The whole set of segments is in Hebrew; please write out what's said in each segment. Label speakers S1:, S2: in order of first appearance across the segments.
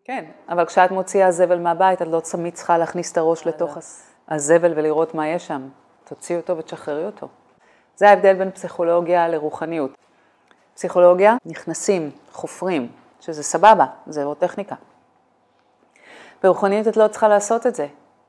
S1: כן, אבל כשאת מוציאה זבל מהבית, את לא תמיד צריכה להכניס את הראש לתוך הזבל ולראות מה יש שם. תוציאי אותו ותשחררי אותו. זה ההבדל בין פסיכולוגיה לרוחניות. פסיכולוגיה נכנסים, חופרים, שזה סבבה, זה לא טכניקה. ברוחניות את לא צריכה לעשות את זה.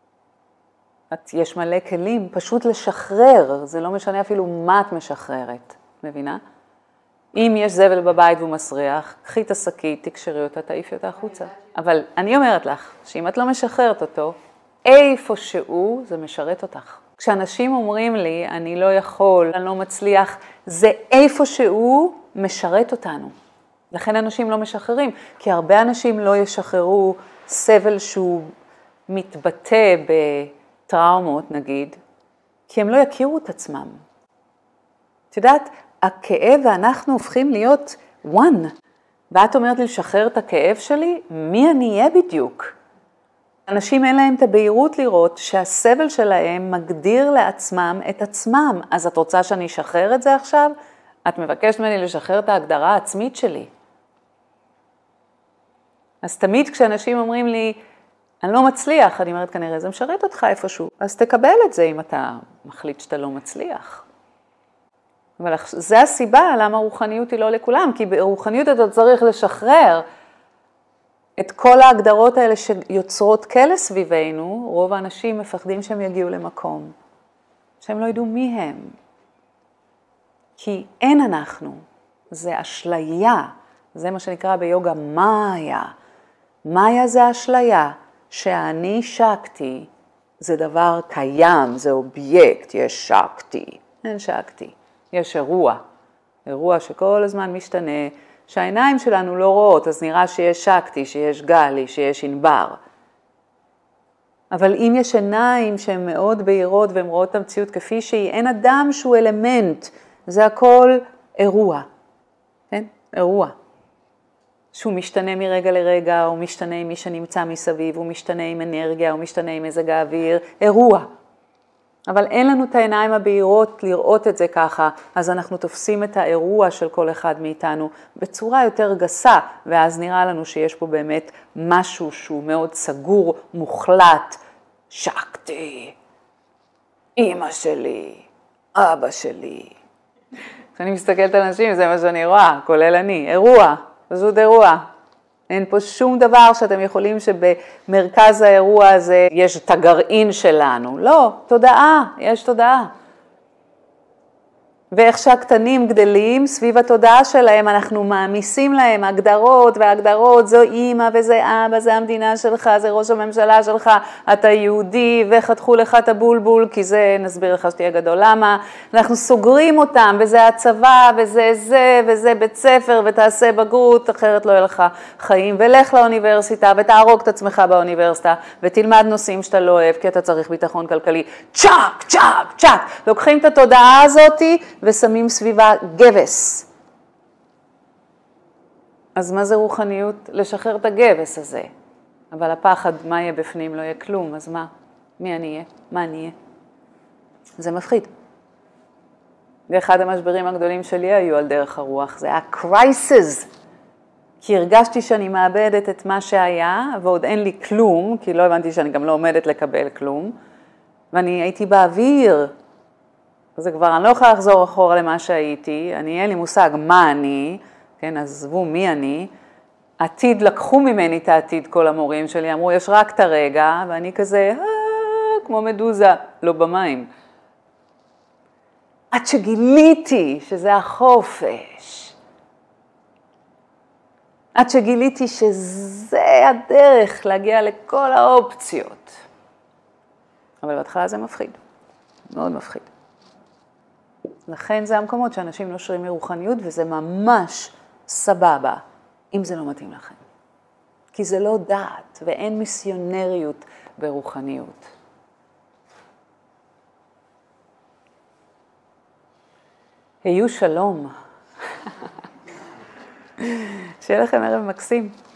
S1: יש מלא כלים, פשוט לשחרר, זה לא משנה אפילו מה את משחררת, מבינה? אם יש זבל בבית והוא מסריח, קחי את השקית, תקשרי אותה, תעיפי אותה החוצה. אבל אני אומרת לך, שאם את לא משחררת אותו, איפשהו זה משרת אותך. כשאנשים אומרים לי, אני לא יכול, אני לא מצליח, זה איפשהו משרת אותנו. לכן אנשים לא משחררים, כי הרבה אנשים לא ישחררו סבל שהוא מתבטא בטראומות, נגיד, כי הם לא יכירו את עצמם. את יודעת, הכאב ואנחנו הופכים להיות one. ואת אומרת לי לשחרר את הכאב שלי, מי אני אהיה בדיוק? אנשים אין להם את הבהירות לראות שהסבל שלהם מגדיר לעצמם את עצמם. אז את רוצה שאני אשחרר את זה עכשיו? את מבקשת ממני לשחרר את ההגדרה העצמית שלי. אז תמיד כשאנשים אומרים לי, אני לא מצליח, אני אומרת כנראה, זה משרת אותך איפשהו. אז תקבל את זה אם אתה מחליט שאתה לא מצליח. אבל זה הסיבה למה רוחניות היא לא לכולם, כי ברוחניות אתה צריך לשחרר את כל ההגדרות האלה שיוצרות כלא סביבנו. רוב האנשים מפחדים שהם יגיעו למקום, שהם לא ידעו מי הם. כי אין אנחנו, זה אשליה, זה מה שנקרא ביוגה מאיה. מאיה זה אשליה, שהאני שקטי זה דבר קיים, זה אובייקט, יש שקטי, אין שקטי. יש אירוע, אירוע שכל הזמן משתנה, שהעיניים שלנו לא רואות, אז נראה שיש שקטי, שיש גלי, שיש ענבר. אבל אם יש עיניים שהן מאוד בהירות והן רואות את המציאות כפי שהיא, אין אדם שהוא אלמנט, זה הכל אירוע, כן? אירוע. שהוא משתנה מרגע לרגע, הוא משתנה עם מי שנמצא מסביב, הוא משתנה עם אנרגיה, הוא משתנה עם מזג האוויר, אירוע. אבל אין לנו את העיניים הבהירות לראות את זה ככה, אז אנחנו תופסים את האירוע של כל אחד מאיתנו בצורה יותר גסה, ואז נראה לנו שיש פה באמת משהו שהוא מאוד סגור, מוחלט, שקטי, אמא שלי, אבא שלי. כשאני מסתכלת על אנשים, זה מה שאני רואה, כולל אני, אירוע, פשוט אירוע. אין פה שום דבר שאתם יכולים שבמרכז האירוע הזה יש את הגרעין שלנו. לא, תודעה, יש תודעה. ואיך שהקטנים גדלים, סביב התודעה שלהם אנחנו מעמיסים להם הגדרות והגדרות, זו אמא וזה אבא, זה המדינה שלך, זה ראש הממשלה שלך, אתה יהודי וחתכו לך את הבולבול, כי זה נסביר לך שתהיה גדול. למה? אנחנו סוגרים אותם, וזה הצבא, וזה זה, וזה בית ספר, ותעשה בגרות, אחרת לא יהיה לך חיים, ולך לאוניברסיטה, ותערוק את עצמך באוניברסיטה, ותלמד נושאים שאתה לא אוהב, כי אתה צריך ביטחון כלכלי. צ'אק, צ'אק, צ'אק. לוקחים את התודעה הזאתי, ושמים סביבה גבס. אז מה זה רוחניות? לשחרר את הגבס הזה. אבל הפחד, מה יהיה בפנים? לא יהיה כלום, אז מה? מי אני אהיה? מה אני אהיה? זה מפחיד. ואחד המשברים הגדולים שלי היו על דרך הרוח. זה היה קרייסס. כי הרגשתי שאני מאבדת את מה שהיה, ועוד אין לי כלום, כי לא הבנתי שאני גם לא עומדת לקבל כלום. ואני הייתי באוויר. זה כבר, אני לא יכולה לחזור אחורה למה שהייתי, אין לי מושג מה אני, כן, עזבו מי אני, עתיד לקחו ממני את העתיד כל המורים שלי, אמרו יש רק את הרגע, ואני כזה, כמו מדוזה, לא במים. עד שגיליתי שזה החופש, עד שגיליתי שזה הדרך להגיע לכל האופציות. אבל בהתחלה זה מפחיד, מאוד מפחיד. לכן זה המקומות שאנשים נושרים מרוחניות, וזה ממש סבבה, אם זה לא מתאים לכם. כי זה לא דעת, ואין מיסיונריות ברוחניות. היו שלום. שיהיה לכם ערב מקסים.